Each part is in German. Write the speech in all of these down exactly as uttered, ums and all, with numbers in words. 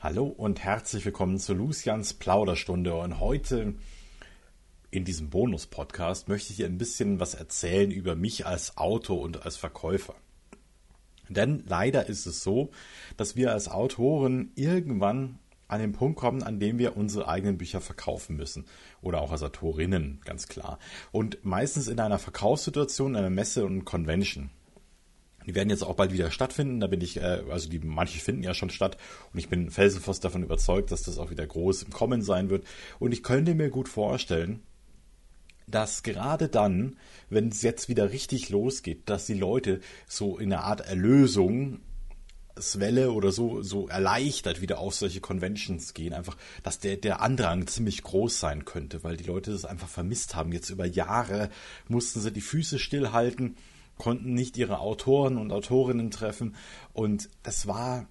Hallo und herzlich willkommen zu Lucians Plauderstunde. Und heute in diesem Bonus-Podcast möchte ich dir ein bisschen was erzählen über mich als Autor und als Verkäufer. Denn leider ist es so, dass wir als Autoren irgendwann an den Punkt kommen, an dem wir unsere eigenen Bücher verkaufen müssen. Oder auch als Autorinnen, ganz klar. Und meistens in einer Verkaufssituation, einer Messe und Convention. Die werden jetzt auch bald wieder stattfinden, da bin ich, äh, also die manche finden ja schon statt und ich bin felsenfest davon überzeugt, dass das auch wieder groß im Kommen sein wird. Und ich könnte mir gut vorstellen, dass gerade dann, wenn es jetzt wieder richtig losgeht, dass die Leute so in einer Art Erlösung Welle oder so so erleichtert wieder auf solche Conventions gehen, einfach, dass der der Andrang ziemlich groß sein könnte, weil die Leute das einfach vermisst haben. Jetzt über Jahre mussten sie die Füße stillhalten, konnten nicht ihre Autoren und Autorinnen treffen und das war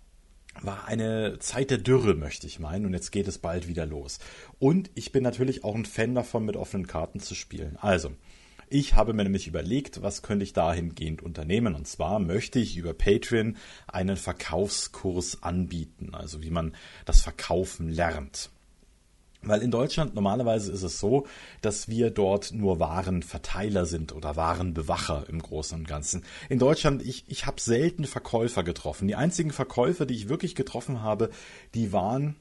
war eine Zeit der Dürre, möchte ich meinen, und jetzt geht es bald wieder los. Und ich bin natürlich auch ein Fan davon, mit offenen Karten zu spielen. Also, ich habe mir nämlich überlegt, was könnte ich dahingehend unternehmen, und zwar möchte ich über Patreon einen Verkaufskurs anbieten, also wie man das Verkaufen lernt. Weil in Deutschland normalerweise ist es so, dass wir dort nur Warenverteiler sind oder Warenbewacher im Großen und Ganzen. In Deutschland, ich, ich habe selten Verkäufer getroffen. Die einzigen Verkäufer, die ich wirklich getroffen habe, die waren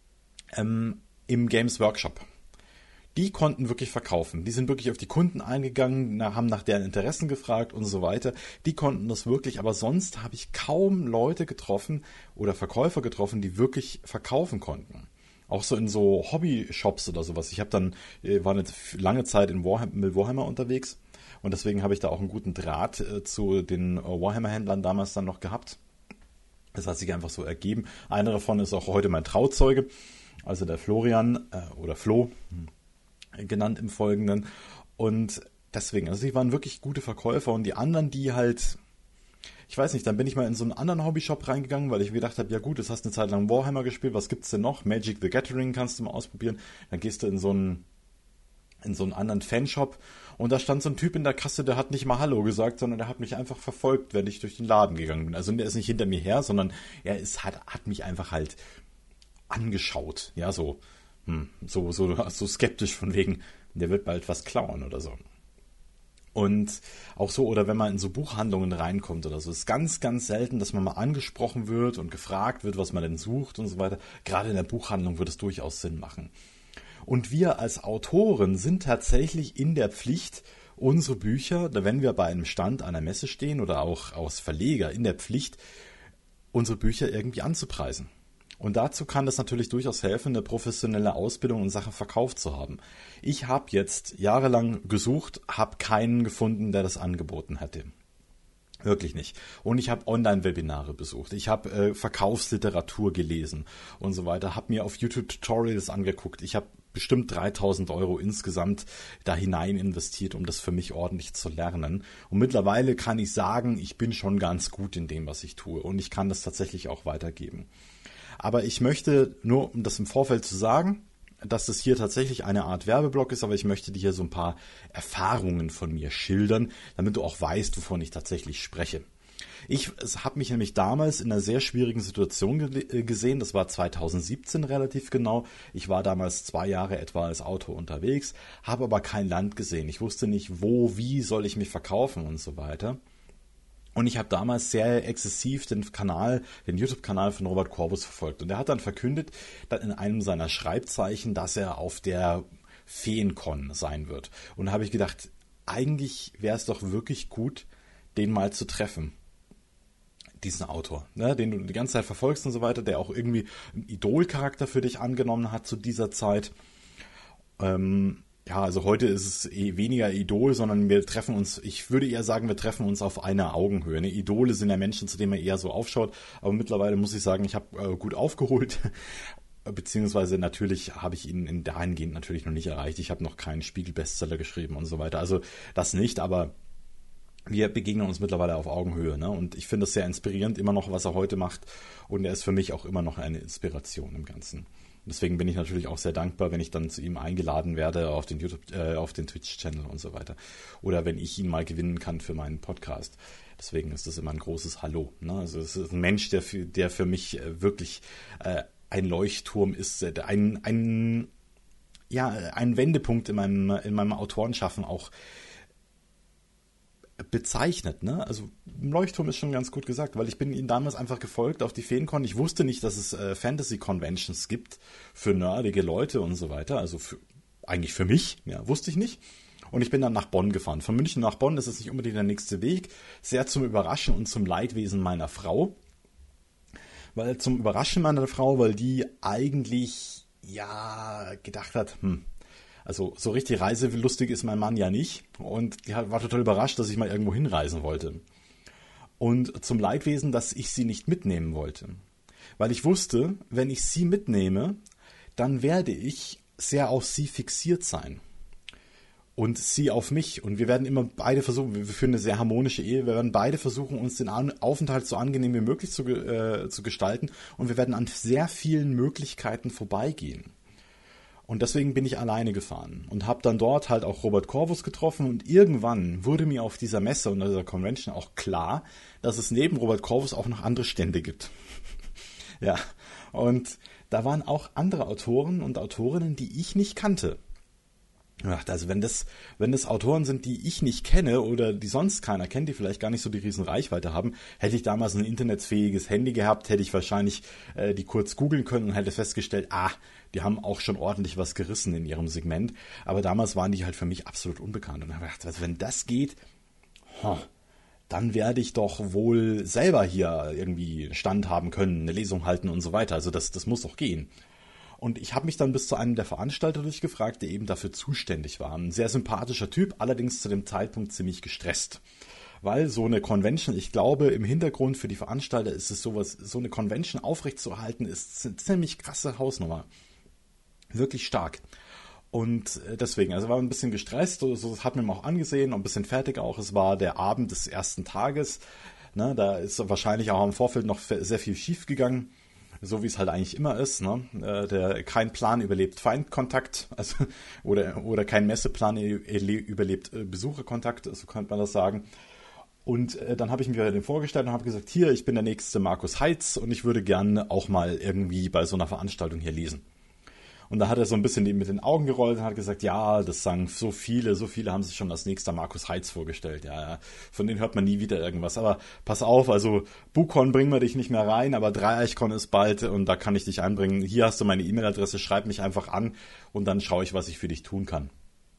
ähm, im Games Workshop. Die konnten wirklich verkaufen. Die sind wirklich auf die Kunden eingegangen, haben nach deren Interessen gefragt und so weiter. Die konnten das wirklich, aber sonst habe ich kaum Leute getroffen oder Verkäufer getroffen, die wirklich verkaufen konnten. Auch so in so Hobby-Shops oder sowas. Ich habe dann, war eine lange Zeit in Warhammer, Warhammer unterwegs und deswegen habe ich da auch einen guten Draht äh, zu den Warhammer-Händlern damals dann noch gehabt. Das hat sich einfach so ergeben. Einer davon ist auch heute mein Trauzeuge, also der Florian äh, oder Flo, hm, genannt im Folgenden. Und deswegen, also die waren wirklich gute Verkäufer und die anderen, die halt... Ich weiß nicht, dann bin ich mal in so einen anderen Hobbyshop reingegangen, weil ich mir gedacht habe, ja gut, jetzt hast du eine Zeit lang Warhammer gespielt, was gibt's denn noch? Magic the Gathering kannst du mal ausprobieren. Dann gehst du in so einen, in so einen anderen Fanshop und da stand so ein Typ in der Kasse, der hat nicht mal Hallo gesagt, sondern der hat mich einfach verfolgt, wenn ich durch den Laden gegangen bin. Also der ist nicht hinter mir her, sondern er ist, hat, hat mich einfach halt angeschaut. Ja, so, hm, so, so, so skeptisch von wegen, der wird bald was klauen oder so. Und auch so, oder wenn man in so Buchhandlungen reinkommt oder so, ist ganz, ganz selten, dass man mal angesprochen wird und gefragt wird, was man denn sucht und so weiter. Gerade in der Buchhandlung würde es durchaus Sinn machen. Und wir als Autoren sind tatsächlich in der Pflicht, unsere Bücher, wenn wir bei einem Stand einer Messe stehen oder auch als Verleger in der Pflicht, unsere Bücher irgendwie anzupreisen. Und dazu kann das natürlich durchaus helfen, eine professionelle Ausbildung in Sachen Verkauf zu haben. Ich habe jetzt jahrelang gesucht, habe keinen gefunden, der das angeboten hätte. Wirklich nicht. Und ich habe Online-Webinare besucht. Ich habe äh, Verkaufsliteratur gelesen und so weiter. Habe mir auf YouTube Tutorials angeguckt. Ich habe bestimmt dreitausend Euro insgesamt da hinein investiert, um das für mich ordentlich zu lernen. Und mittlerweile kann ich sagen, ich bin schon ganz gut in dem, was ich tue. Und ich kann das tatsächlich auch weitergeben. Aber ich möchte, nur um das im Vorfeld zu sagen, dass das hier tatsächlich eine Art Werbeblock ist, aber ich möchte dir hier so ein paar Erfahrungen von mir schildern, damit du auch weißt, wovon ich tatsächlich spreche. Ich habe mich nämlich damals in einer sehr schwierigen Situation ge- gesehen, das war zweitausendsiebzehn relativ genau. Ich war damals zwei Jahre etwa als Autor unterwegs, habe aber kein Land gesehen. Ich wusste nicht, wo, wie soll ich mich verkaufen und so weiter. Und ich habe damals sehr exzessiv den Kanal, den YouTube-Kanal von Robert Corvus verfolgt. Und er hat dann verkündet, dass in einem seiner Schreibzeichen, dass er auf der Feencon sein wird. Und da habe ich gedacht, eigentlich wäre es doch wirklich gut, den mal zu treffen. Diesen Autor, ne, den du die ganze Zeit verfolgst und so weiter, der auch irgendwie einen Idolcharakter für dich angenommen hat zu dieser Zeit. Ähm... Ja, also heute ist es eh weniger Idol, sondern wir treffen uns, ich würde eher sagen, wir treffen uns auf einer Augenhöhe. Ne? Idole sind ja Menschen, zu denen man eher so aufschaut, aber mittlerweile muss ich sagen, ich habe äh, gut aufgeholt, beziehungsweise natürlich habe ich ihn in dahingehend natürlich noch nicht erreicht. Ich habe noch keinen Spiegel-Bestseller geschrieben und so weiter, also das nicht, aber wir begegnen uns mittlerweile auf Augenhöhe, ne? Und ich finde es sehr inspirierend, immer noch, was er heute macht, und er ist für mich auch immer noch eine Inspiration im Ganzen. deswegen bin ich natürlich auch sehr dankbar, wenn ich dann zu ihm eingeladen werde auf den YouTube, äh, auf den Twitch-Channel und so weiter. Oder wenn ich ihn mal gewinnen kann für meinen Podcast. Deswegen ist das immer ein großes Hallo. Ne? Also es ist ein Mensch, der für, der für mich wirklich äh, ein Leuchtturm ist, äh, ein, ein, ja, ein Wendepunkt in meinem, in meinem Autorenschaffen auch bezeichnet, ne? Also Leuchtturm ist schon ganz gut gesagt, weil ich bin ihnen damals einfach gefolgt auf die Feencon. Ich wusste nicht, dass es äh, Fantasy-Conventions gibt für nerdige Leute und so weiter. Also für, eigentlich für mich, ja, wusste ich nicht. Und ich bin dann nach Bonn gefahren. Von München nach Bonn ist es nicht unbedingt der nächste Weg. Sehr zum Überraschen und zum Leidwesen meiner Frau. Weil zum Überraschen meiner Frau, weil die eigentlich, ja, gedacht hat, hm, also so richtig reiselustig ist mein Mann ja nicht. Und die war total überrascht, dass ich mal irgendwo hinreisen wollte. Und zum Leidwesen, dass ich sie nicht mitnehmen wollte. Weil ich wusste, wenn ich sie mitnehme, dann werde ich sehr auf sie fixiert sein. Und sie auf mich. Und wir werden immer beide versuchen, wir führen eine sehr harmonische Ehe, wir werden beide versuchen, uns den Aufenthalt so angenehm wie möglich zu, äh, zu gestalten. Und wir werden an sehr vielen Möglichkeiten vorbeigehen. Und deswegen bin ich alleine gefahren und habe dann dort halt auch Robert Corvus getroffen und irgendwann wurde mir auf dieser Messe und dieser Convention auch klar, dass es neben Robert Corvus auch noch andere Stände gibt. Ja, und da waren auch andere Autoren und Autorinnen, die ich nicht kannte. Also wenn das, wenn das Autoren sind, die ich nicht kenne oder die sonst keiner kennt, die vielleicht gar nicht so die riesen Reichweite haben, hätte ich damals ein internetfähiges Handy gehabt, hätte ich wahrscheinlich äh, die kurz googeln können und hätte festgestellt, ah, die haben auch schon ordentlich was gerissen in ihrem Segment. Aber damals waren die halt für mich absolut unbekannt. Und dann habe ich gedacht, also wenn das geht, huh, dann werde ich doch wohl selber hier irgendwie Stand haben können, eine Lesung halten und so weiter. Also das, das muss doch gehen. Und ich habe mich dann bis zu einem der Veranstalter durchgefragt, der eben dafür zuständig war. Ein sehr sympathischer Typ, allerdings zu dem Zeitpunkt ziemlich gestresst. Weil so eine Convention, ich glaube, im Hintergrund für die Veranstalter ist es sowas, so eine Convention aufrechtzuerhalten, ist eine ziemlich krasse Hausnummer. Wirklich stark. Und deswegen, also war ein bisschen gestresst, so, das hat man auch angesehen und ein bisschen fertig auch. Es war der Abend des ersten Tages. Ne, da ist wahrscheinlich auch im Vorfeld noch sehr viel schief gegangen. So wie es halt eigentlich immer ist, ne? Der kein Plan überlebt Feindkontakt, also oder oder kein Messeplan überlebt Besucherkontakt, so könnte man das sagen. Und äh, dann habe ich mich bei dem vorgestellt und habe gesagt, hier, ich bin der nächste Markus Heitz und ich würde gerne auch mal irgendwie bei so einer Veranstaltung hier lesen. Und da hat er so ein bisschen mit den Augen gerollt und hat gesagt, ja, das sagen so viele, so viele haben sich schon als nächster Markus Heitz vorgestellt. Ja, ja, von denen hört man nie wieder irgendwas. Aber pass auf, also BuCon bringen wir dich nicht mehr rein, aber Dreieichkon ist bald und da kann ich dich einbringen. Hier hast du meine E-Mail-Adresse, schreib mich einfach an und dann schaue ich, was ich für dich tun kann.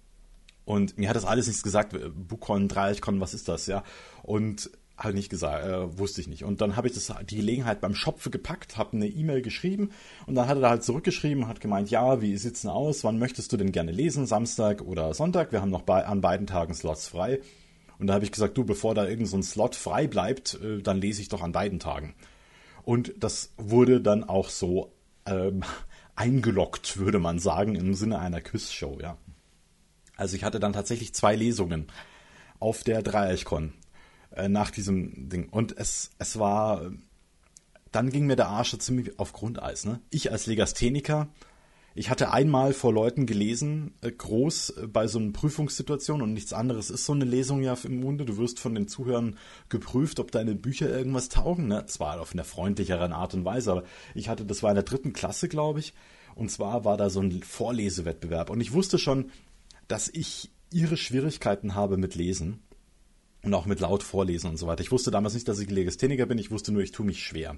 Und mir hat das alles nichts gesagt, BuCon, Dreieichkon, was ist das, ja? Und habe nicht gesagt, äh, wusste ich nicht. Und dann habe ich das, die Gelegenheit beim Schopfe gepackt, habe eine E-Mail geschrieben und dann hat er da halt zurückgeschrieben und hat gemeint, ja, wie sieht's denn aus? Wann möchtest du denn gerne lesen? Samstag oder Sonntag? Wir haben noch bei, an beiden Tagen Slots frei. Und da habe ich gesagt, du, bevor da irgend so ein Slot frei bleibt, äh, dann lese ich doch an beiden Tagen. Und das wurde dann auch so ähm, eingeloggt, würde man sagen, im Sinne einer Quizshow, ja. Also ich hatte dann tatsächlich zwei Lesungen auf der Dreieichkon nach diesem Ding. Und es, es war, dann ging mir der Arsch ziemlich auf Grundeis. Ne? Ich als Legastheniker, ich hatte einmal vor Leuten gelesen, groß bei so einer Prüfungssituation und nichts anderes ist so eine Lesung ja im Munde. Du wirst von den Zuhörern geprüft, ob deine Bücher irgendwas taugen. Ne? Zwar auf einer freundlicheren Art und Weise, aber ich hatte, das war in der dritten Klasse, glaube ich. Und zwar war da so ein Vorlesewettbewerb. Und ich wusste schon, dass ich ihre Schwierigkeiten habe mit Lesen. Und auch mit laut vorlesen und so weiter. Ich wusste damals nicht, dass ich Legastheniker bin, ich wusste nur, ich tue mich schwer.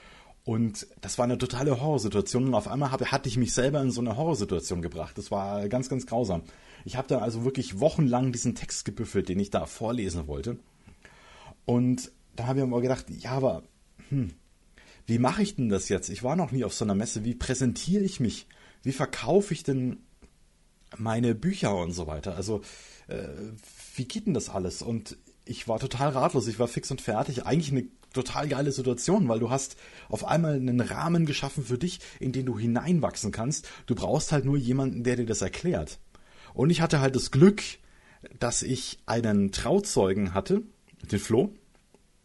Und das war eine totale Horrorsituation und auf einmal hab, hatte ich mich selber in so eine Horrorsituation gebracht. Das war ganz, ganz grausam. Ich habe dann also wirklich wochenlang diesen Text gebüffelt, den ich da vorlesen wollte. Und da habe ich mir mal gedacht, ja, aber hm, wie mache ich denn das jetzt? Ich war noch nie auf so einer Messe. Wie präsentiere ich mich? Wie verkaufe ich denn meine Bücher und so weiter? Also äh, wie geht denn das alles? Und ich war total ratlos, ich war fix und fertig. Eigentlich eine total geile Situation, weil du hast auf einmal einen Rahmen geschaffen für dich, in den du hineinwachsen kannst. Du brauchst halt nur jemanden, der dir das erklärt. Und ich hatte halt das Glück, dass ich einen Trauzeugen hatte, den Flo,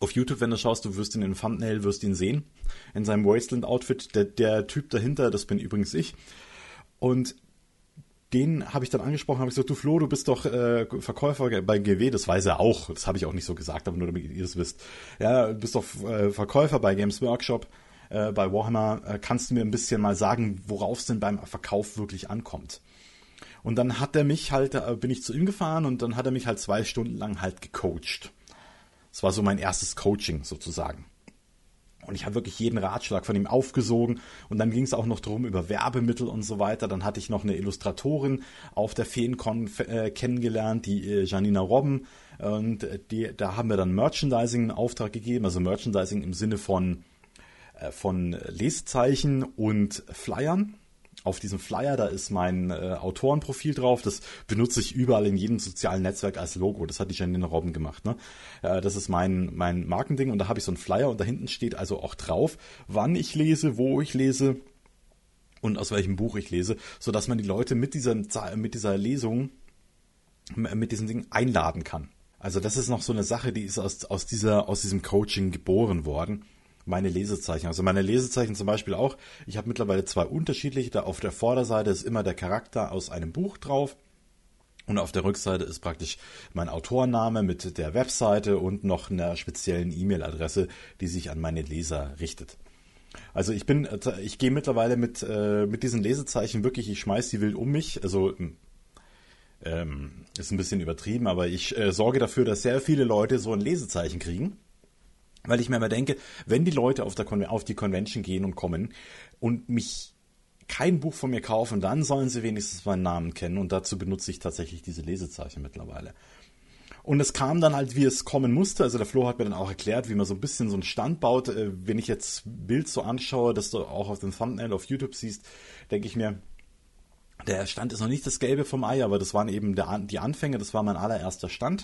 Auf YouTube, wenn du schaust, du wirst ihn im Thumbnail, wirst ihn sehen, in seinem Wasteland-Outfit. Der, der Typ dahinter, das bin übrigens ich. Und den habe ich dann angesprochen, habe ich gesagt, du Flo, du bist doch äh, Verkäufer bei G W, das weiß er auch, das habe ich auch nicht so gesagt, aber nur damit ihr das wisst. Ja, du bist doch äh, Verkäufer bei Games Workshop, äh, bei Warhammer, äh, kannst du mir ein bisschen mal sagen, worauf es denn beim Verkauf wirklich ankommt? Und dann hat er mich halt, äh, bin ich zu ihm gefahren und dann hat er mich halt zwei Stunden lang halt gecoacht. Das war so mein erstes Coaching sozusagen. Und ich habe wirklich jeden Ratschlag von ihm aufgesogen. Und dann ging es auch noch drum über Werbemittel und so weiter. Dann hatte ich noch eine Illustratorin auf der Feencon äh, kennengelernt, die äh, Janina Robben. Und die, da haben wir dann Merchandising in Auftrag gegeben. Also Merchandising im Sinne von, äh, von Lesezeichen und Flyern. Auf diesem Flyer, da ist mein äh, Autorenprofil drauf, das benutze ich überall in jedem sozialen Netzwerk als Logo, das hat die Janine Robben gemacht. Ne? Äh, das ist mein, mein Markending und da habe ich so einen Flyer und da hinten steht also auch drauf, wann ich lese, wo ich lese und aus welchem Buch ich lese, sodass man die Leute mit dieser, mit dieser Lesung, mit diesem Ding einladen kann. Also das ist noch so eine Sache, die ist aus, aus, dieser, aus diesem Coaching geboren worden. Meine Lesezeichen. Also meine Lesezeichen zum Beispiel auch. Ich habe mittlerweile zwei unterschiedliche. Da auf der Vorderseite ist immer der Charakter aus einem Buch drauf. Und auf der Rückseite ist praktisch mein Autorenname mit der Webseite und noch einer speziellen E-Mail-Adresse, die sich an meine Leser richtet. Also ich bin, ich gehe mittlerweile mit, äh, mit diesen Lesezeichen wirklich, ich schmeiß die wild um mich. Also ähm, ist ein bisschen übertrieben, aber ich äh, sorge dafür, dass sehr viele Leute so ein Lesezeichen kriegen. Weil ich mir immer denke, wenn die Leute auf, der Con- auf die Convention gehen und kommen und mich kein Buch von mir kaufen, dann sollen sie wenigstens meinen Namen kennen und dazu benutze ich tatsächlich diese Lesezeichen mittlerweile. Und es kam dann halt, wie es kommen musste. Also der Flo hat mir dann auch erklärt, wie man so ein bisschen so einen Stand baut. Wenn ich jetzt Bild so anschaue, das du auch auf dem Thumbnail auf YouTube siehst, denke ich mir, der Stand ist noch nicht das Gelbe vom Ei, aber das waren eben der, die Anfänge, das war mein allererster Stand.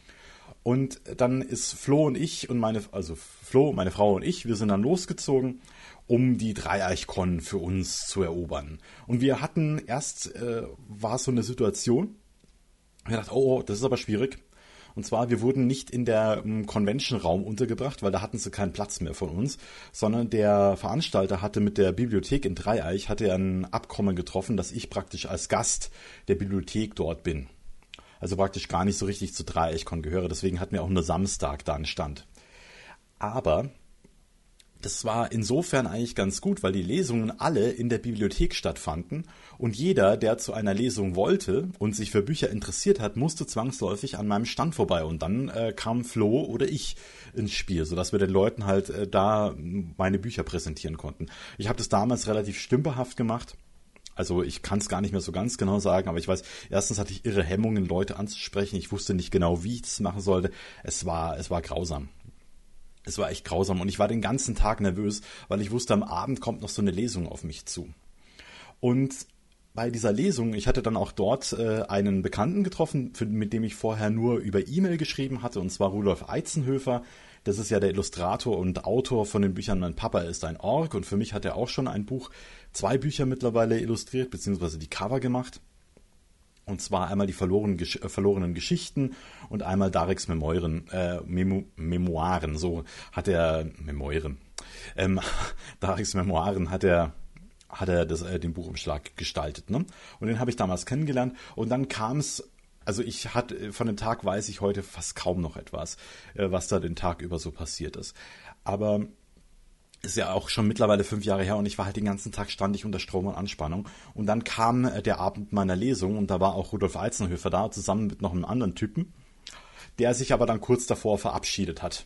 Und dann ist Flo und ich und meine, also Flo, meine Frau und ich, wir sind dann losgezogen, um die Dreieichkon für uns zu erobern. Und wir hatten erst, äh, war es so eine Situation, wir dachten, oh, oh, das ist aber schwierig. Und zwar, wir wurden nicht in der um, Convention-Raum untergebracht, weil da hatten sie keinen Platz mehr von uns, sondern der Veranstalter hatte mit der Bibliothek in Dreieich, hatte er ein Abkommen getroffen, dass ich praktisch als Gast der Bibliothek dort bin. Also praktisch gar nicht so richtig zu Dreieichkon gehöre. Deswegen hatten wir auch nur Samstag da einen Stand. Aber das war insofern eigentlich ganz gut, weil die Lesungen alle in der Bibliothek stattfanden. Und jeder, der zu einer Lesung wollte und sich für Bücher interessiert hat, musste zwangsläufig an meinem Stand vorbei. Und dann äh, kam Flo oder ich ins Spiel, sodass wir den Leuten halt äh, da meine Bücher präsentieren konnten. Ich habe das damals relativ stümperhaft gemacht. Also ich kann es gar nicht mehr so ganz genau sagen, aber ich weiß, erstens hatte ich irre Hemmungen, Leute anzusprechen. Ich wusste nicht genau, wie ich das machen sollte. Es war, es war grausam. Es war echt grausam und ich war den ganzen Tag nervös, weil ich wusste, am Abend kommt noch so eine Lesung auf mich zu. Und bei dieser Lesung, ich hatte dann auch dort äh, einen Bekannten getroffen, für, mit dem ich vorher nur über E-Mail geschrieben hatte, und zwar Rudolf Eizenhöfer. Das ist ja der Illustrator und Autor von den Büchern Mein Papa ist ein Ork, und für mich hat er auch schon ein Buch, zwei Bücher mittlerweile illustriert, beziehungsweise die Cover gemacht. Und zwar einmal die verlorenen, Gesch- äh, verlorenen Geschichten und einmal Dareks Memoiren, äh, Memo- Memoiren, so hat er, Memoiren, ähm, Dareks Memoiren hat er, hat er das, äh, den Buchumschlag gestaltet, ne? Und den habe ich damals kennengelernt und dann kam es, also ich hatte, von dem Tag weiß ich heute fast kaum noch etwas, äh, was da den Tag über so passiert ist. Aber ist ja auch schon mittlerweile fünf Jahre her und ich war halt den ganzen Tag, stand ich unter Strom und Anspannung. Und dann kam der Abend meiner Lesung und da war auch Rudolf Eizenhöfer da, zusammen mit noch einem anderen Typen, der sich aber dann kurz davor verabschiedet hat.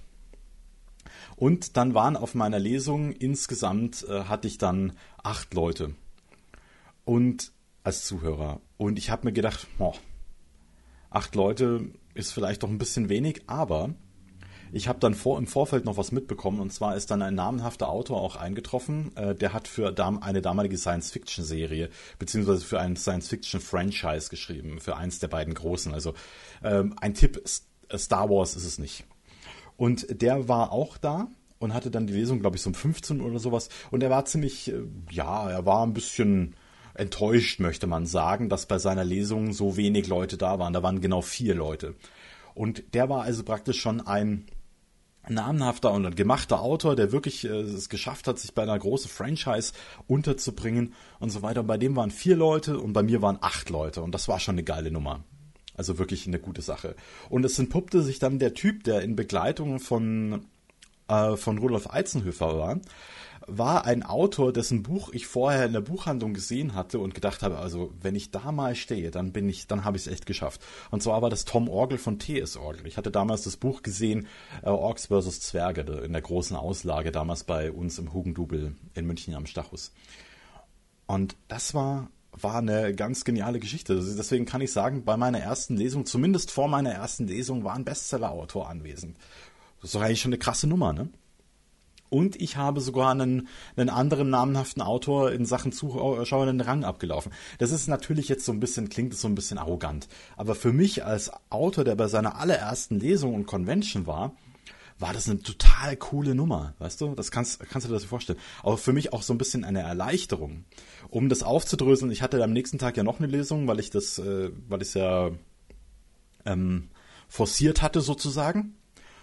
Und dann waren auf meiner Lesung insgesamt, äh, hatte ich dann acht Leute und als Zuhörer. Und ich habe mir gedacht, boah, acht Leute ist vielleicht doch ein bisschen wenig, aber ich habe dann vor, im Vorfeld noch was mitbekommen, und zwar ist dann ein namenhafter Autor auch eingetroffen, äh, der hat für dam- eine damalige Science-Fiction-Serie beziehungsweise für ein Science-Fiction-Franchise geschrieben, für eins der beiden großen. Also ähm, ein Tipp, Star Wars ist es nicht. Und der war auch da und hatte dann die Lesung, glaube ich, so um fünfzehn Uhr oder sowas. Und er war ziemlich, äh, ja, er war ein bisschen enttäuscht, möchte man sagen, dass bei seiner Lesung so wenig Leute da waren. Da waren genau vier Leute. Und der war also praktisch schon ein ein namenhafter und ein gemachter Autor, der wirklich äh, es geschafft hat, sich bei einer großen Franchise unterzubringen und so weiter. Und bei dem waren vier Leute und bei mir waren acht Leute und das war schon eine geile Nummer. Also wirklich eine gute Sache. Und es entpuppte sich dann der Typ, der in Begleitung von, äh, von Rudolf Eisenhöfer war, war ein Autor, dessen Buch ich vorher in der Buchhandlung gesehen hatte und gedacht habe, also wenn ich da mal stehe, dann bin ich, dann habe ich es echt geschafft. Und zwar war das Tom Orgel von T S Orgel. Ich hatte damals das Buch gesehen, äh, Orks versus. Zwerge, in der großen Auslage, damals bei uns im Hugendubel in München am Stachus. Und das war, war eine ganz geniale Geschichte. Deswegen kann ich sagen, bei meiner ersten Lesung, zumindest vor meiner ersten Lesung, war ein Bestseller-Autor anwesend. Das ist doch eigentlich schon eine krasse Nummer, ne? Und ich habe sogar einen, einen anderen namenhaften Autor in Sachen Zuschauer den Rang abgelaufen. Das ist natürlich jetzt so ein bisschen, klingt es so ein bisschen arrogant. Aber für mich als Autor, der bei seiner allerersten Lesung und Convention war, war das eine total coole Nummer, weißt du? Das kannst, kannst du dir das vorstellen. Aber für mich auch so ein bisschen eine Erleichterung. Um das aufzudröseln, ich hatte am nächsten Tag ja noch eine Lesung, weil ich das, äh, weil ich es ja ähm, forciert hatte sozusagen.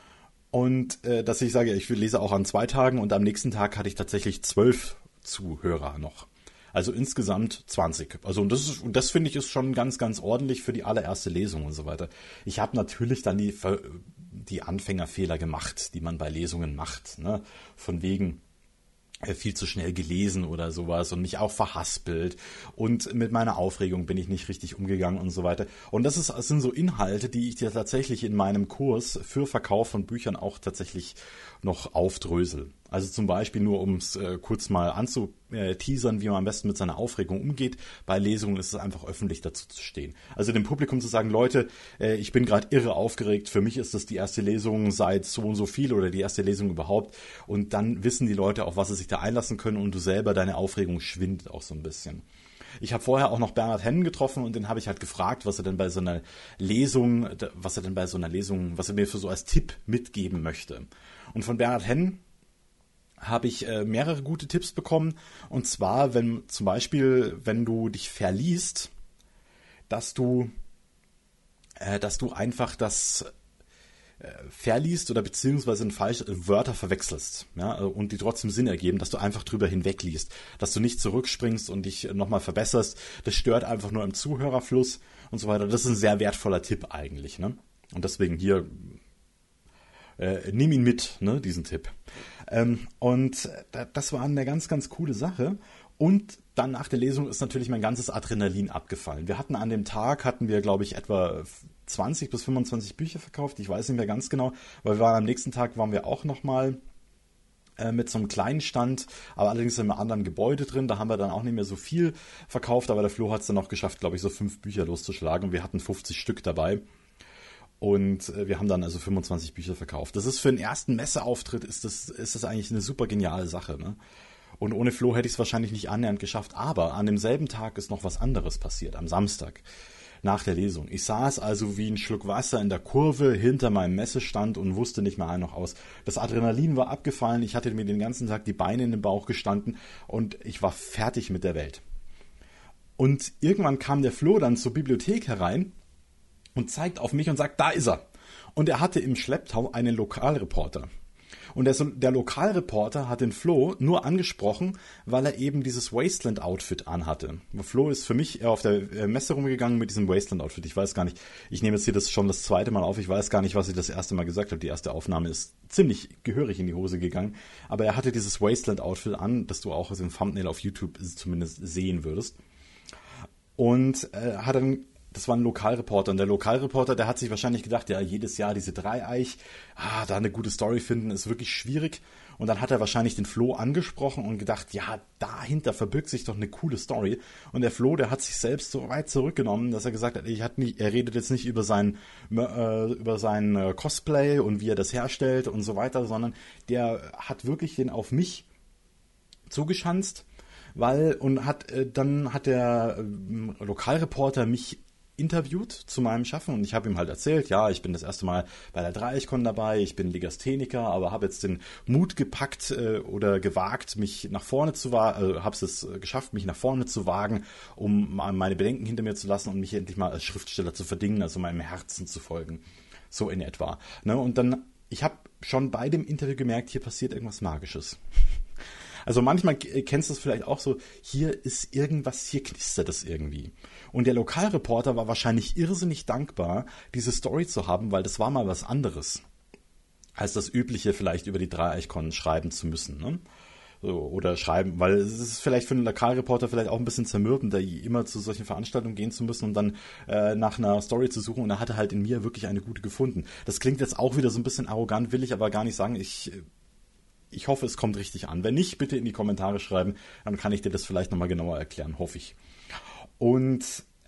Und äh, dass ich sage, ich lese auch an zwei Tagen und am nächsten Tag hatte ich tatsächlich zwölf Zuhörer noch. Also insgesamt zwanzig. Also und das ist, und das finde ich ist schon ganz, ganz ordentlich für die allererste Lesung und so weiter. Ich habe natürlich dann die, die Anfängerfehler gemacht, die man bei Lesungen macht, ne? Von wegen viel zu schnell gelesen oder sowas und mich auch verhaspelt und mit meiner Aufregung bin ich nicht richtig umgegangen und so weiter. Und das, ist, das sind so Inhalte, die ich dir tatsächlich in meinem Kurs für Verkauf von Büchern auch tatsächlich noch aufdrösel. Also zum Beispiel nur, um es äh, kurz mal anzuteasern, wie man am besten mit seiner Aufregung umgeht. Bei Lesungen ist es einfach öffentlich dazu zu stehen. Also dem Publikum zu sagen, Leute, äh, ich bin gerade irre aufgeregt. Für mich ist das die erste Lesung seit so und so viel oder die erste Lesung überhaupt. Und dann wissen die Leute, auf was sie sich da einlassen können und du selber, deine Aufregung schwindet auch so ein bisschen. Ich habe vorher auch noch Bernhard Hennen getroffen und den habe ich halt gefragt, was er denn bei so einer Lesung, was er denn bei so einer Lesung, was er mir für so als Tipp mitgeben möchte. Und von Bernhard Hennen habe ich äh, mehrere gute Tipps bekommen. Und zwar, wenn zum Beispiel, wenn du dich verliest, dass du, äh, dass du einfach das äh, verliest oder beziehungsweise falsche Wörter verwechselst, ja, und die trotzdem Sinn ergeben, dass du einfach drüber hinwegliest, dass du nicht zurückspringst und dich nochmal verbesserst. Das stört einfach nur im Zuhörerfluss und so weiter. Das ist ein sehr wertvoller Tipp eigentlich, ne? Und deswegen hier äh, nimm ihn mit, ne, diesen Tipp. Ähm, und das war eine ganz, ganz coole Sache. Und dann nach der Lesung ist natürlich mein ganzes Adrenalin abgefallen. Wir hatten an dem Tag, hatten wir, glaube ich, etwa zwanzig bis fünfundzwanzig Bücher verkauft. Ich weiß nicht mehr ganz genau, weil wir waren am nächsten Tag, waren wir auch nochmal äh, mit so einem kleinen Stand, aber allerdings in einem anderen Gebäude drin. Da haben wir dann auch nicht mehr so viel verkauft, aber der Flo hat es dann noch geschafft, glaube ich, so fünf Bücher loszuschlagen. Und wir hatten fünfzig Stück dabei. Und wir haben dann also fünfundzwanzig Bücher verkauft. Das ist für den ersten Messeauftritt ist das, ist das eigentlich eine super geniale Sache, ne? Und ohne Flo hätte ich es wahrscheinlich nicht annähernd geschafft. Aber an demselben Tag ist noch was anderes passiert, am Samstag, nach der Lesung. Ich saß also wie ein Schluck Wasser in der Kurve hinter meinem Messestand und wusste nicht mehr ein noch aus. Das Adrenalin war abgefallen, ich hatte mir den ganzen Tag die Beine in den Bauch gestanden und ich war fertig mit der Welt. Und irgendwann kam der Flo dann zur Bibliothek herein und zeigt auf mich und sagt, da ist er. Und er hatte im Schlepptau einen Lokalreporter. Und der, der Lokalreporter hat den Flo nur angesprochen, weil er eben dieses Wasteland-Outfit anhatte. Flo ist für mich auf der Messe rumgegangen mit diesem Wasteland-Outfit. Ich weiß gar nicht, ich nehme jetzt hier das schon das zweite Mal auf. Ich weiß gar nicht, was ich das erste Mal gesagt habe. Die erste Aufnahme ist ziemlich gehörig in die Hose gegangen. Aber er hatte dieses Wasteland-Outfit an, das du auch aus dem Thumbnail auf YouTube zumindest sehen würdest. Und äh, hat dann Das war ein Lokalreporter und der Lokalreporter, der hat sich wahrscheinlich gedacht, ja, jedes Jahr diese Dreieich, ah, da eine gute Story finden, ist wirklich schwierig. Und dann hat er wahrscheinlich den Flo angesprochen und gedacht, ja, dahinter verbirgt sich doch eine coole Story. Und der Flo, der hat sich selbst so weit zurückgenommen, dass er gesagt hat, ich hat nicht, er redet jetzt nicht über sein, äh, über sein äh, Cosplay und wie er das herstellt und so weiter, sondern der hat wirklich den auf mich zugeschanzt, weil, und hat, äh, dann hat der äh, Lokalreporter mich interviewt zu meinem Schaffen und ich habe ihm halt erzählt, ja, ich bin das erste Mal bei der Dreieichkon dabei, ich bin Legastheniker, aber habe jetzt den Mut gepackt äh, oder gewagt, mich nach vorne zu wagen, äh, habe es geschafft, mich nach vorne zu wagen, um meine Bedenken hinter mir zu lassen und mich endlich mal als Schriftsteller zu verdingen, also meinem Herzen zu folgen, so in etwa. Ne? Und dann, ich habe schon bei dem Interview gemerkt, hier passiert irgendwas Magisches. Also manchmal kennst du es vielleicht auch so, hier ist irgendwas, hier knistert es irgendwie. Und der Lokalreporter war wahrscheinlich irrsinnig dankbar, diese Story zu haben, weil das war mal was anderes, als das Übliche vielleicht über die Dreieichkon schreiben zu müssen, ne? So, oder schreiben, weil es ist vielleicht für einen Lokalreporter vielleicht auch ein bisschen zermürbend, da immer zu solchen Veranstaltungen gehen zu müssen und dann äh, nach einer Story zu suchen, und er hatte halt in mir wirklich eine gute gefunden. Das klingt jetzt auch wieder so ein bisschen arrogant, will ich aber gar nicht sagen. Ich Ich hoffe, es kommt richtig an. Wenn nicht, bitte in die Kommentare schreiben, dann kann ich dir das vielleicht nochmal genauer erklären, hoffe ich. Und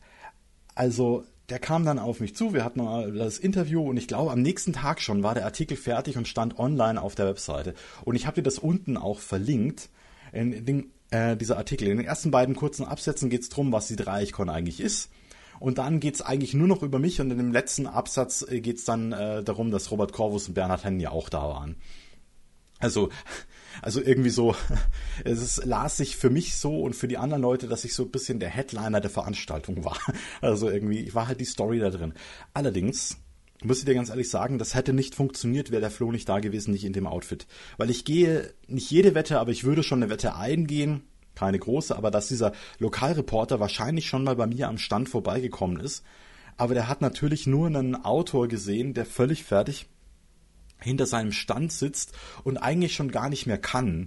also, der kam dann auf mich zu, wir hatten mal das Interview und ich glaube, am nächsten Tag schon war der Artikel fertig und stand online auf der Webseite. Und ich habe dir das unten auch verlinkt, in den, äh, dieser Artikel. In den ersten beiden kurzen Absätzen geht es darum, was die Dreieichkon eigentlich ist. Und dann geht's eigentlich nur noch über mich, und in dem letzten Absatz geht's dann äh, darum, dass Robert Corvus und Bernhard Hennen ja auch da waren. Also, also irgendwie so, es ist, las sich für mich so und für die anderen Leute, dass ich so ein bisschen der Headliner der Veranstaltung war. Also irgendwie, ich war halt die Story da drin. Allerdings muss ich dir ganz ehrlich sagen, das hätte nicht funktioniert, wäre der Flo nicht da gewesen, nicht in dem Outfit. Weil ich gehe, nicht jede Wette, aber ich würde schon eine Wette eingehen, keine große, aber dass dieser Lokalreporter wahrscheinlich schon mal bei mir am Stand vorbeigekommen ist. Aber der hat natürlich nur einen Autor gesehen, der völlig fertig hinter seinem Stand sitzt und eigentlich schon gar nicht mehr kann.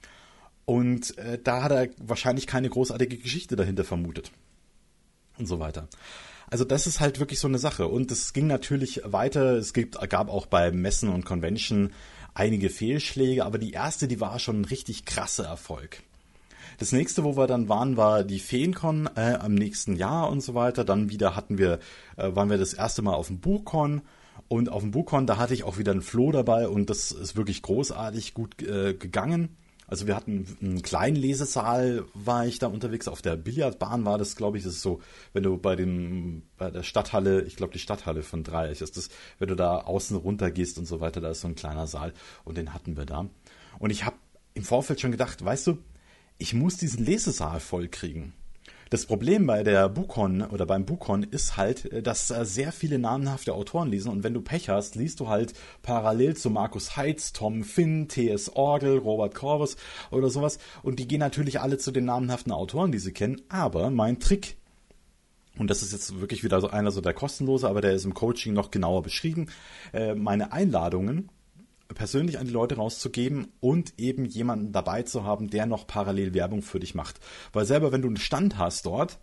Und äh, da hat er wahrscheinlich keine großartige Geschichte dahinter vermutet. Und so weiter. Also das ist halt wirklich so eine Sache. Und es ging natürlich weiter. Es gibt, gab auch bei Messen und Convention einige Fehlschläge, aber die erste, die war schon ein richtig krasser Erfolg. Das nächste, wo wir dann waren, war die Feencon äh, am nächsten Jahr und so weiter. Dann wieder hatten wir, äh, waren wir das erste Mal auf dem BuchCon. Und auf dem BuchCon, da hatte ich auch wieder einen Flo dabei und das ist wirklich großartig gut äh, gegangen. Also wir hatten einen kleinen Lesesaal, war ich da unterwegs. Auf der Billardbahn war das, glaube ich, das ist so, wenn du bei dem, bei der Stadthalle, ich glaube die Stadthalle von Dreieich ist das, wenn du da außen runter gehst und so weiter, da ist so ein kleiner Saal und den hatten wir da. Und ich habe im Vorfeld schon gedacht, weißt du, ich muss diesen Lesesaal voll kriegen. Das Problem bei der BuchCon oder beim BuchCon ist halt, dass sehr viele namenhafte Autoren lesen, und wenn du Pech hast, liest du halt parallel zu Markus Heitz, Tom Finn, T S. Orgel, Robert Corvus oder sowas, und die gehen natürlich alle zu den namenhaften Autoren, die sie kennen, aber mein Trick, und das ist jetzt wirklich wieder so einer so der kostenlose, aber der ist im Coaching noch genauer beschrieben, meine Einladungen persönlich an die Leute rauszugeben und eben jemanden dabei zu haben, der noch parallel Werbung für dich macht. Weil selber, wenn du einen Stand hast dort,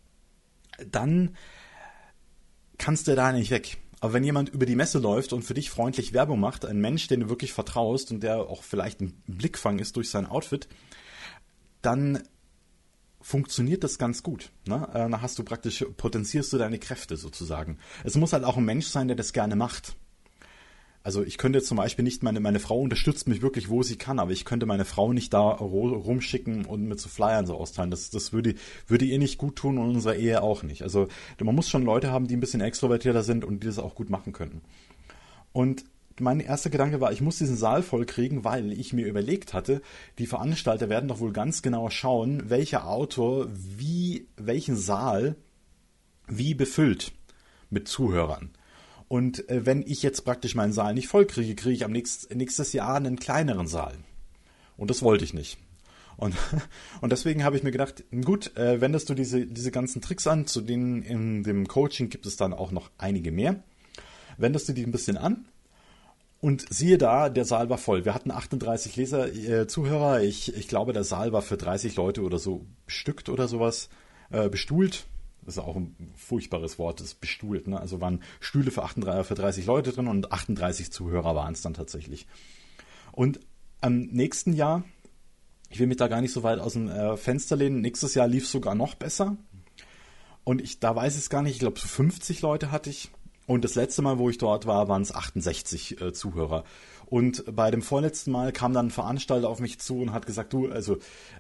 dann kannst du da nicht weg. Aber wenn jemand über die Messe läuft und für dich freundlich Werbung macht, ein Mensch, den du wirklich vertraust und der auch vielleicht ein Blickfang ist durch sein Outfit, dann funktioniert das ganz gut. Ne? Dann hast du praktisch, potenzierst du deine Kräfte sozusagen. Es muss halt auch ein Mensch sein, der das gerne macht. Also ich könnte zum Beispiel nicht, meine, meine Frau unterstützt mich wirklich, wo sie kann, aber ich könnte meine Frau nicht da rumschicken und mit so Flyern so austeilen. Das, das würde, würde ihr nicht gut tun und unserer Ehe auch nicht. Also man muss schon Leute haben, die ein bisschen extrovertierter sind und die das auch gut machen könnten. Und mein erster Gedanke war, ich muss diesen Saal voll kriegen, weil ich mir überlegt hatte, die Veranstalter werden doch wohl ganz genau schauen, welcher Autor wie welchen Saal wie befüllt mit Zuhörern. Und äh, wenn ich jetzt praktisch meinen Saal nicht voll kriege, kriege ich am nächst, nächstes Jahr einen kleineren Saal. Und das wollte ich nicht. Und, und deswegen habe ich mir gedacht, gut, äh, wendest du diese, diese ganzen Tricks an, zu denen in dem Coaching gibt es dann auch noch einige mehr, wendest du die ein bisschen an und siehe da, der Saal war voll. Wir hatten achtunddreißig Leser, äh, Zuhörer. Ich, ich glaube, der Saal war für dreißig Leute oder so bestückt oder sowas, äh, bestuhlt. Das ist auch ein furchtbares Wort, das ist bestuhlt. Ne? Also waren Stühle für, achtunddreißig, für dreißig Leute drin und achtunddreißig Zuhörer waren es dann tatsächlich. Und am nächsten Jahr, ich will mich da gar nicht so weit aus dem äh, Fenster lehnen, nächstes Jahr lief es sogar noch besser. Und ich, da weiß ich es gar nicht, ich glaube so fünfzig Leute hatte ich. Und das letzte Mal, wo ich dort war, waren es achtundsechzig äh, Zuhörer. Und bei dem vorletzten Mal kam dann ein Veranstalter auf mich zu und hat gesagt, du, also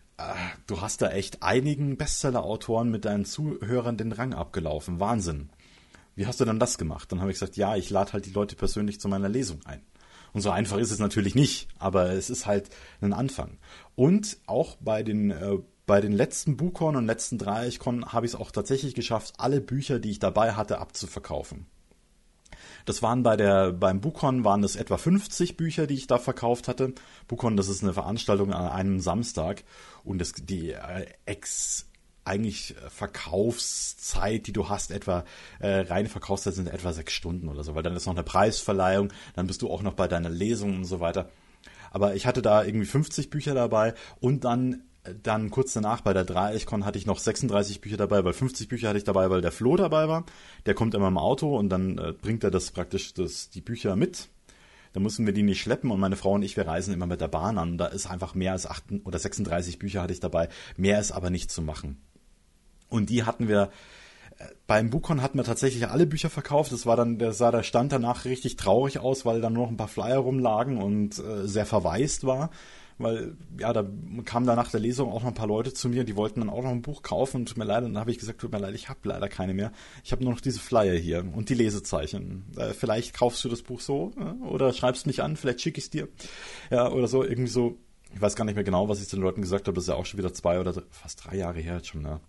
du hast da echt einigen Bestseller-Autoren mit deinen Zuhörern den Rang abgelaufen. Wahnsinn. Wie hast du dann das gemacht? Dann habe ich gesagt, ja, ich lade halt die Leute persönlich zu meiner Lesung ein. Und so einfach ist es natürlich nicht, aber es ist halt ein Anfang. Und auch bei den, äh, bei den letzten BuchCon und letzten Dreieichkon habe ich es auch tatsächlich geschafft, alle Bücher, die ich dabei hatte, abzuverkaufen. Das waren bei der, beim BookCon waren es etwa fünfzig Bücher, die ich da verkauft hatte. BookCon, das ist eine Veranstaltung an einem Samstag und das, die äh, ex, eigentlich Verkaufszeit, die du hast, etwa, äh, reine Verkaufszeit sind etwa sechs Stunden oder so, weil dann ist noch eine Preisverleihung, dann bist du auch noch bei deiner Lesung und so weiter. Aber ich hatte da irgendwie fünfzig Bücher dabei und dann Dann kurz danach bei der Dreieichkon hatte ich noch sechsunddreißig Bücher dabei, weil fünfzig Bücher hatte ich dabei, weil der Flo dabei war. Der kommt immer im Auto und dann äh, bringt er das praktisch das, die Bücher mit. Dann mussten wir die nicht schleppen und meine Frau und ich, wir reisen immer mit der Bahn an. Und da ist einfach mehr als acht oder sechsunddreißig Bücher hatte ich dabei. Mehr ist aber nicht zu machen. Und die hatten wir, äh, beim BookCon hatten wir tatsächlich alle Bücher verkauft. Das war dann, der sah der Stand danach richtig traurig aus, weil da nur noch ein paar Flyer rumlagen und äh, sehr verwaist war. Weil, ja, da kamen da nach der Lesung auch noch ein paar Leute zu mir, die wollten dann auch noch ein Buch kaufen und tut mir leid, und dann habe ich gesagt, tut mir leid, ich habe leider keine mehr. Ich habe nur noch diese Flyer hier und die Lesezeichen. Äh, vielleicht kaufst du das Buch so, äh, oder schreibst mich an, vielleicht schicke ich es dir. Ja, oder so, irgendwie so. Ich weiß gar nicht mehr genau, was ich den Leuten gesagt habe, das ist ja auch schon wieder zwei oder fast drei Jahre her jetzt schon, ne?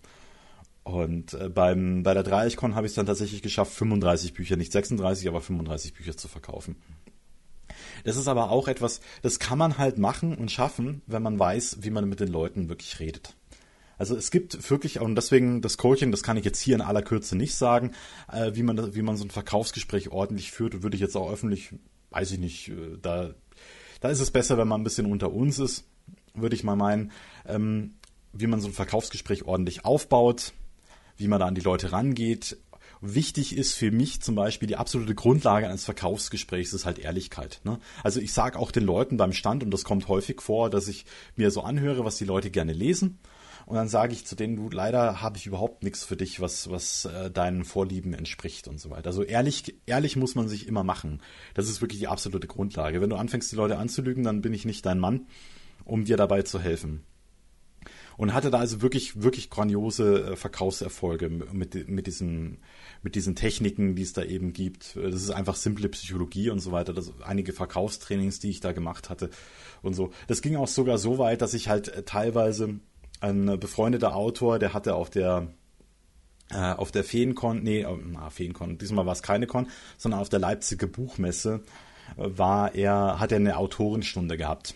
Und äh, beim, bei der Dreieichkon habe ich es dann tatsächlich geschafft, fünfunddreißig Bücher, nicht sechsunddreißig, aber fünfunddreißig Bücher zu verkaufen. Das ist aber auch etwas, das kann man halt machen und schaffen, wenn man weiß, wie man mit den Leuten wirklich redet. Also es gibt wirklich, und deswegen das Coaching, das kann ich jetzt hier in aller Kürze nicht sagen, äh, wie man, wie man so ein Verkaufsgespräch ordentlich führt, würde ich jetzt auch öffentlich, weiß ich nicht, äh, da, da ist es besser, wenn man ein bisschen unter uns ist, würde ich mal meinen, ähm, wie man so ein Verkaufsgespräch ordentlich aufbaut, wie man da an die Leute rangeht. Wichtig ist für mich zum Beispiel, die absolute Grundlage eines Verkaufsgesprächs ist halt Ehrlichkeit. Ne? Also ich sage auch den Leuten beim Stand, und das kommt häufig vor, dass ich mir so anhöre, was die Leute gerne lesen. Und dann sage ich zu denen, du, leider habe ich überhaupt nichts für dich, was, was äh, deinen Vorlieben entspricht und so weiter. Also ehrlich, ehrlich muss man sich immer machen. Das ist wirklich die absolute Grundlage. Wenn du anfängst, die Leute anzulügen, dann bin ich nicht dein Mann, um dir dabei zu helfen. Und hatte da also wirklich, wirklich grandiose Verkaufserfolge mit, mit diesen, mit diesen Techniken, die es da eben gibt. Das ist einfach simple Psychologie und so weiter. Das, einige Verkaufstrainings, die ich da gemacht hatte und so. Das ging auch sogar so weit, dass ich halt teilweise ein befreundeter Autor, der hatte auf der, äh, auf der Feencon, nee, na, Feencon, diesmal war es keine Con, sondern auf der Leipziger Buchmesse war er, hat er eine Autorenstunde gehabt.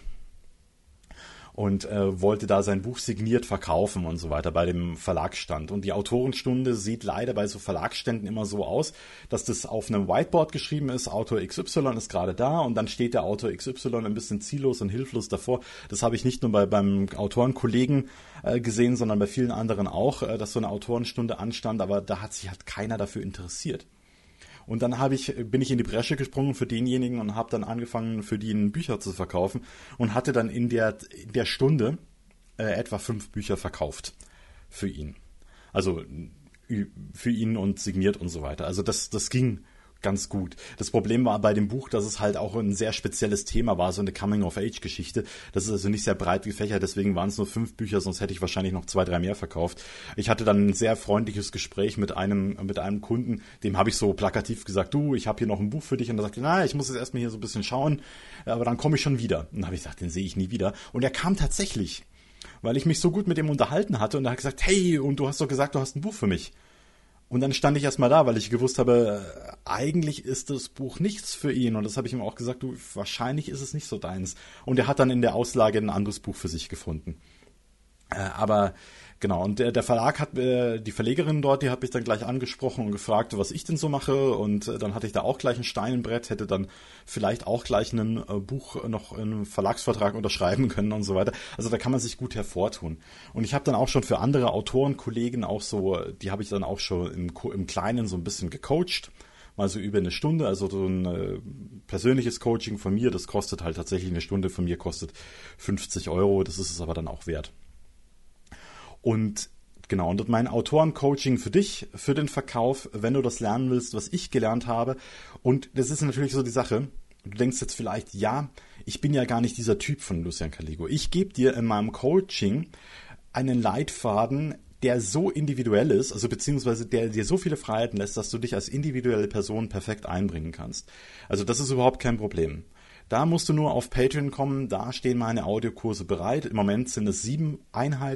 Und äh, wollte da sein Buch signiert verkaufen und so weiter bei dem Verlagsstand. Und die Autorenstunde sieht leider bei so Verlagsständen immer so aus, dass das auf einem Whiteboard geschrieben ist, Autor X Y ist gerade da und dann steht der Autor X Y ein bisschen ziellos und hilflos davor. Das habe ich nicht nur bei beim Autorenkollegen äh, gesehen, sondern bei vielen anderen auch, äh, dass so eine Autorenstunde anstand, aber da hat sich halt keiner dafür interessiert. Und dann habe ich, bin ich in die Bresche gesprungen für denjenigen und habe dann angefangen, für die Bücher zu verkaufen und hatte dann in der, in der Stunde äh, etwa fünf Bücher verkauft für ihn. Also für ihn und signiert und so weiter. Also das, das ging ganz gut. Das Problem war bei dem Buch, dass es halt auch ein sehr spezielles Thema war, so eine Coming-of-Age-Geschichte. Das ist also nicht sehr breit gefächert, deswegen waren es nur fünf Bücher, sonst hätte ich wahrscheinlich noch zwei, drei mehr verkauft. Ich hatte dann ein sehr freundliches Gespräch mit einem mit einem Kunden, dem habe ich so plakativ gesagt, du, ich habe hier noch ein Buch für dich, und er sagte, na, ich muss jetzt erstmal hier so ein bisschen schauen, aber dann komme ich schon wieder. Und dann habe ich gesagt, den sehe ich nie wieder. Und er kam tatsächlich, weil ich mich so gut mit ihm unterhalten hatte, und er hat gesagt, hey, und du hast doch gesagt, du hast ein Buch für mich. Und dann stand ich erstmal da, weil ich gewusst habe, eigentlich ist das Buch nichts für ihn. Und das habe ich ihm auch gesagt, du, wahrscheinlich ist es nicht so deins. Und er hat dann in der Auslage ein anderes Buch für sich gefunden. Äh, aber genau, und der, der Verlag hat, äh, die Verlegerin dort, die hat mich dann gleich angesprochen und gefragt, was ich denn so mache. Und äh, dann hatte ich da auch gleich ein Stein im Brett, hätte dann vielleicht auch gleich ein äh, Buch noch in einem Verlagsvertrag unterschreiben können und so weiter. Also da kann man sich gut hervortun. Und ich habe dann auch schon für andere Autoren, Kollegen auch so, die habe ich dann auch schon im, im Kleinen so ein bisschen gecoacht. Mal so über eine Stunde, also so ein äh, persönliches Coaching von mir, das kostet halt tatsächlich, eine Stunde von mir kostet fünfzig Euro, das ist es aber dann auch wert. Und genau, und mein Autorencoaching für dich, für den Verkauf, wenn du das lernen willst, was ich gelernt habe. Und das ist natürlich so die Sache, du denkst jetzt vielleicht, ja, ich bin ja gar nicht dieser Typ von Lucian Caligo. Ich gebe dir in meinem Coaching einen Leitfaden, der so individuell ist, also beziehungsweise der dir so viele Freiheiten lässt, dass du dich als individuelle Person perfekt einbringen kannst. Also das ist überhaupt kein Problem. Da musst du nur auf Patreon kommen, da stehen meine Audiokurse bereit. Im Moment sind es sieben Einheiten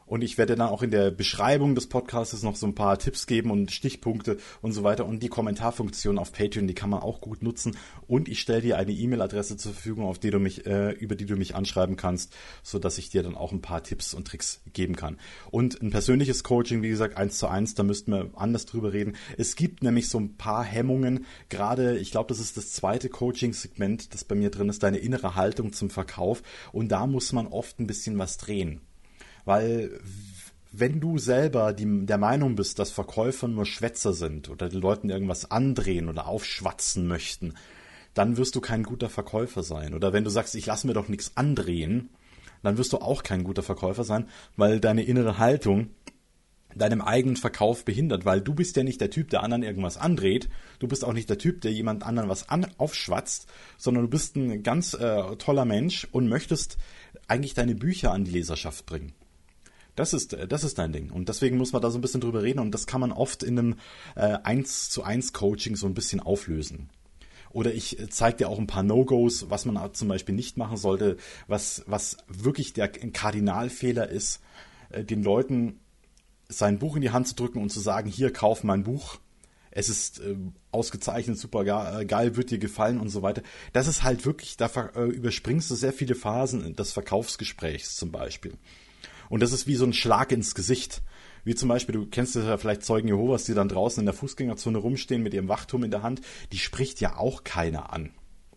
Und ich werde dann auch in der Beschreibung des Podcasts noch so ein paar Tipps geben und Stichpunkte und so weiter. Und die Kommentarfunktion auf Patreon, die kann man auch gut nutzen. Und ich stelle dir eine E-Mail-Adresse zur Verfügung, auf die du mich, äh, über die du mich anschreiben kannst, so dass ich dir dann auch ein paar Tipps und Tricks geben kann. Und ein persönliches Coaching, wie gesagt, eins zu eins, da müssten wir anders drüber reden. Es gibt nämlich so ein paar Hemmungen. Gerade, ich glaube, das ist das zweite Coaching-Segment, das bei mir drin ist, deine innere Haltung zum Verkauf. Und da muss man oft ein bisschen was drehen. Weil wenn du selber die, der Meinung bist, dass Verkäufer nur Schwätzer sind oder den Leuten irgendwas andrehen oder aufschwatzen möchten, dann wirst du kein guter Verkäufer sein. Oder wenn du sagst, ich lasse mir doch nichts andrehen, dann wirst du auch kein guter Verkäufer sein, weil deine innere Haltung deinem eigenen Verkauf behindert, weil du bist ja nicht der Typ, der anderen irgendwas andreht, du bist auch nicht der Typ, der jemand anderen was an, aufschwatzt, sondern du bist ein ganz äh, toller Mensch und möchtest eigentlich deine Bücher an die Leserschaft bringen. Das ist, das ist dein Ding. Und deswegen muss man da so ein bisschen drüber reden. Und das kann man oft in einem äh, eins zu eins Coaching so ein bisschen auflösen. Oder ich zeige dir auch ein paar No-Gos, was man zum Beispiel nicht machen sollte, was, was wirklich der Kardinalfehler ist, äh, den Leuten sein Buch in die Hand zu drücken und zu sagen, hier, kauf mein Buch. Es ist äh, ausgezeichnet, super ge- geil, wird dir gefallen und so weiter. Das ist halt wirklich, da äh, überspringst du sehr viele Phasen des Verkaufsgesprächs zum Beispiel. Und das ist wie so ein Schlag ins Gesicht. Wie zum Beispiel, du kennst ja vielleicht Zeugen Jehovas, die dann draußen in der Fußgängerzone rumstehen mit ihrem Wachturm in der Hand. Die spricht ja auch keiner an,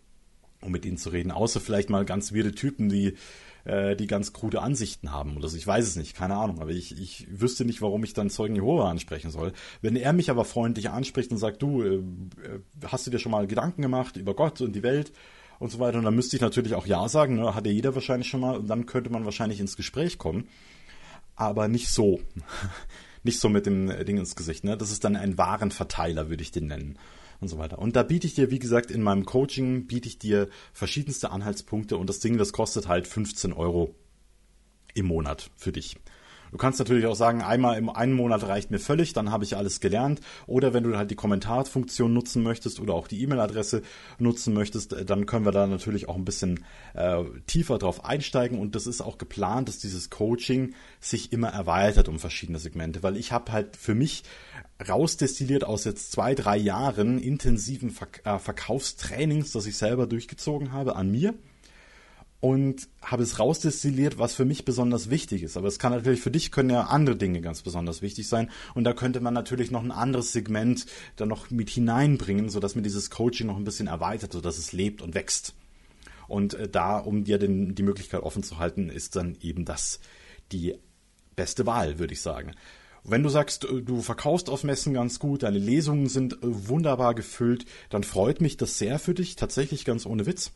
um mit ihnen zu reden. Außer vielleicht mal ganz weirde Typen, die, äh, die ganz krude Ansichten haben oder so. Ich weiß es nicht, keine Ahnung. Aber ich, ich wüsste nicht, warum ich dann Zeugen Jehova ansprechen soll. Wenn er mich aber freundlich anspricht und sagt, du, äh, hast du dir schon mal Gedanken gemacht über Gott und die Welt? Und so weiter. Und dann müsste ich natürlich auch Ja sagen, ne? Hat ja jeder wahrscheinlich schon mal. Und dann könnte man wahrscheinlich ins Gespräch kommen. Aber nicht so. Nicht so mit dem Ding ins Gesicht. Ne? Das ist dann ein Warenverteiler, würde ich den nennen. Und so weiter. Und da biete ich dir, wie gesagt, in meinem Coaching biete ich dir verschiedenste Anhaltspunkte. Und das Ding, das kostet halt fünfzehn Euro im Monat für dich. Du kannst natürlich auch sagen, einmal im einen Monat reicht mir völlig, dann habe ich alles gelernt. Oder wenn du halt die Kommentarfunktion nutzen möchtest oder auch die E-Mail-Adresse nutzen möchtest, dann können wir da natürlich auch ein bisschen äh, tiefer drauf einsteigen. Und das ist auch geplant, dass dieses Coaching sich immer erweitert um verschiedene Segmente. Weil ich habe halt für mich rausdestilliert aus jetzt zwei, drei Jahren intensiven Verk- äh, Verkaufstrainings, das ich selber durchgezogen habe an mir. Und habe es rausdestilliert, was für mich besonders wichtig ist. Aber es kann natürlich für dich, können ja andere Dinge ganz besonders wichtig sein. Und da könnte man natürlich noch ein anderes Segment da noch mit hineinbringen, sodass man dieses Coaching noch ein bisschen erweitert, sodass es lebt und wächst. Und äh, da, um dir den, die Möglichkeit offen zu halten, ist dann eben das die beste Wahl, würde ich sagen. Wenn du sagst, du verkaufst auf Messen ganz gut, deine Lesungen sind wunderbar gefüllt, dann freut mich das sehr für dich, tatsächlich ganz ohne Witz.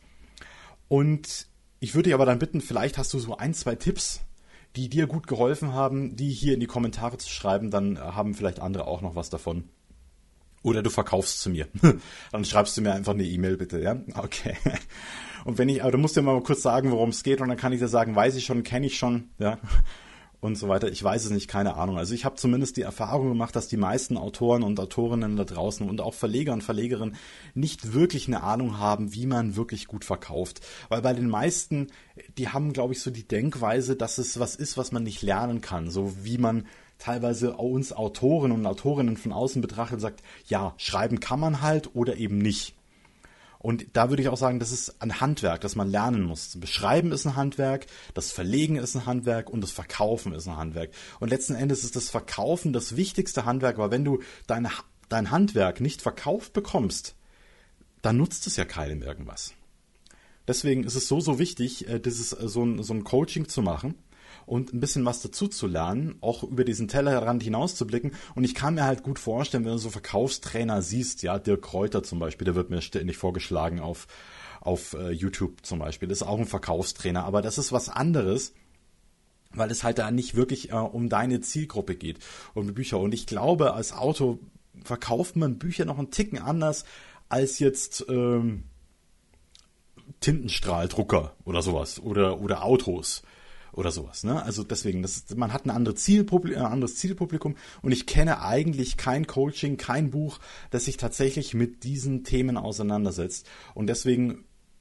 Und ich würde dich aber dann bitten, vielleicht hast du so ein, zwei Tipps, die dir gut geholfen haben, die hier in die Kommentare zu schreiben, dann haben vielleicht andere auch noch was davon. Oder du verkaufst zu mir. Dann schreibst du mir einfach eine E-Mail bitte, ja? Okay. Und wenn ich, aber du musst dir mal kurz sagen, worum es geht und dann kann ich dir sagen, weiß ich schon, kenne ich schon, ja? Und so weiter. Ich weiß es nicht, keine Ahnung. Also ich habe zumindest die Erfahrung gemacht, dass die meisten Autoren und Autorinnen da draußen und auch Verleger und Verlegerinnen nicht wirklich eine Ahnung haben, wie man wirklich gut verkauft. Weil bei den meisten, die haben, glaube ich, so die Denkweise, dass es was ist, was man nicht lernen kann. So wie man teilweise uns Autoren und Autorinnen von außen betrachtet und sagt, ja, schreiben kann man halt oder eben nicht. Und da würde ich auch sagen, das ist ein Handwerk, das man lernen muss. Das Beschreiben ist ein Handwerk, das Verlegen ist ein Handwerk und das Verkaufen ist ein Handwerk. Und letzten Endes ist das Verkaufen das wichtigste Handwerk, weil wenn du deine, dein Handwerk nicht verkauft bekommst, dann nutzt es ja keinem irgendwas. Deswegen ist es so, so wichtig, dieses, so ein, so ein Coaching zu machen und ein bisschen was dazu zu lernen, auch über diesen Tellerrand hinaus zu blicken. Und ich kann mir halt gut vorstellen, wenn du so Verkaufstrainer siehst, ja, Dirk Kräuter zum Beispiel, der wird mir ständig vorgeschlagen auf, auf uh, YouTube zum Beispiel, das ist auch ein Verkaufstrainer, aber das ist was anderes, weil es halt da nicht wirklich uh, um deine Zielgruppe geht, um die Bücher. Und ich glaube, als Autor verkauft man Bücher noch einen Ticken anders als jetzt ähm, Tintenstrahldrucker oder sowas oder, oder Autos. Oder sowas, ne? Also deswegen, das ist, man hat ein anderes Zielpublikum, ein anderes Zielpublikum und ich kenne eigentlich kein Coaching, kein Buch, das sich tatsächlich mit diesen Themen auseinandersetzt. Und deswegen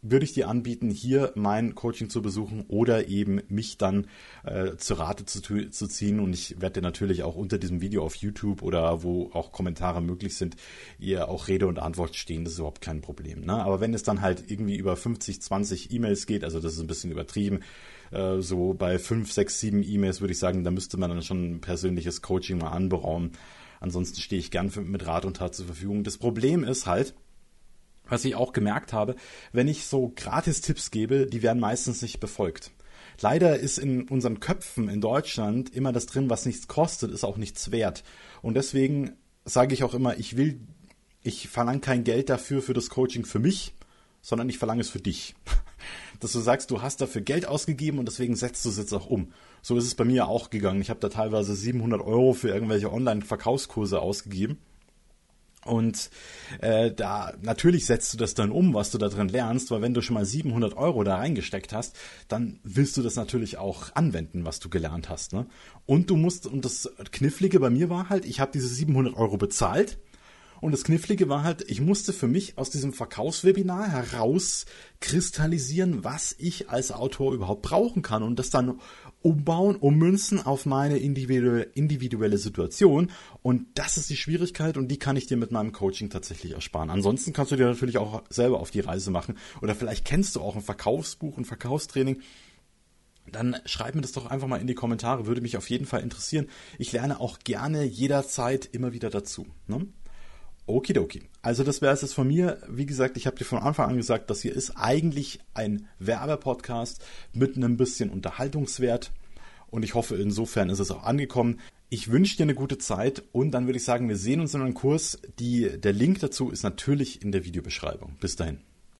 würde ich dir anbieten, hier mein Coaching zu besuchen oder eben mich dann äh, zur Rate zu, zu ziehen. Und ich werde dir natürlich auch unter diesem Video auf YouTube oder wo auch Kommentare möglich sind, ihr auch Rede und Antwort stehen. Das ist überhaupt kein Problem. Ne? Aber wenn es dann halt irgendwie über fünfzig, zwanzig E-Mails geht, also das ist ein bisschen übertrieben, äh, so bei fünf, sechs, sieben E-Mails würde ich sagen, da müsste man dann schon ein persönliches Coaching mal anberaumen. Ansonsten stehe ich gern für, mit Rat und Tat zur Verfügung. Das Problem ist halt, was ich auch gemerkt habe, wenn ich so Gratis-Tipps gebe, die werden meistens nicht befolgt. Leider ist in unseren Köpfen in Deutschland immer das drin, was nichts kostet, ist auch nichts wert. Und deswegen sage ich auch immer, ich will, ich verlange kein Geld dafür für das Coaching für mich, sondern ich verlange es für dich. Dass du sagst, du hast dafür Geld ausgegeben und deswegen setzt du es jetzt auch um. So ist es bei mir auch gegangen. Ich habe da teilweise siebenhundert Euro für irgendwelche Online-Verkaufskurse ausgegeben. Und äh, da natürlich setzt du das dann um, was du da drin lernst, weil wenn du schon mal siebenhundert Euro da reingesteckt hast, dann willst du das natürlich auch anwenden, was du gelernt hast. Ne? Und du musst, und das Knifflige bei mir war halt, ich habe diese siebenhundert Euro bezahlt. Und das Knifflige war halt, ich musste für mich aus diesem Verkaufswebinar herauskristallisieren, was ich als Autor überhaupt brauchen kann und das dann umbauen, ummünzen auf meine individuelle, individuelle Situation. Und das ist die Schwierigkeit und die kann ich dir mit meinem Coaching tatsächlich ersparen. Ansonsten kannst du dir natürlich auch selber auf die Reise machen oder vielleicht kennst du auch ein Verkaufsbuch, ein Verkaufstraining. Dann schreib mir das doch einfach mal in die Kommentare, würde mich auf jeden Fall interessieren. Ich lerne auch gerne jederzeit immer wieder dazu, ne? Okidoki. Also das wäre es jetzt von mir. Wie gesagt, ich habe dir von Anfang an gesagt, das hier ist eigentlich ein Werbepodcast mit einem bisschen Unterhaltungswert. Und ich hoffe, insofern ist es auch angekommen. Ich wünsche dir eine gute Zeit und dann würde ich sagen, wir sehen uns in einem Kurs. Die, der Link dazu ist natürlich in der Videobeschreibung. Bis dahin.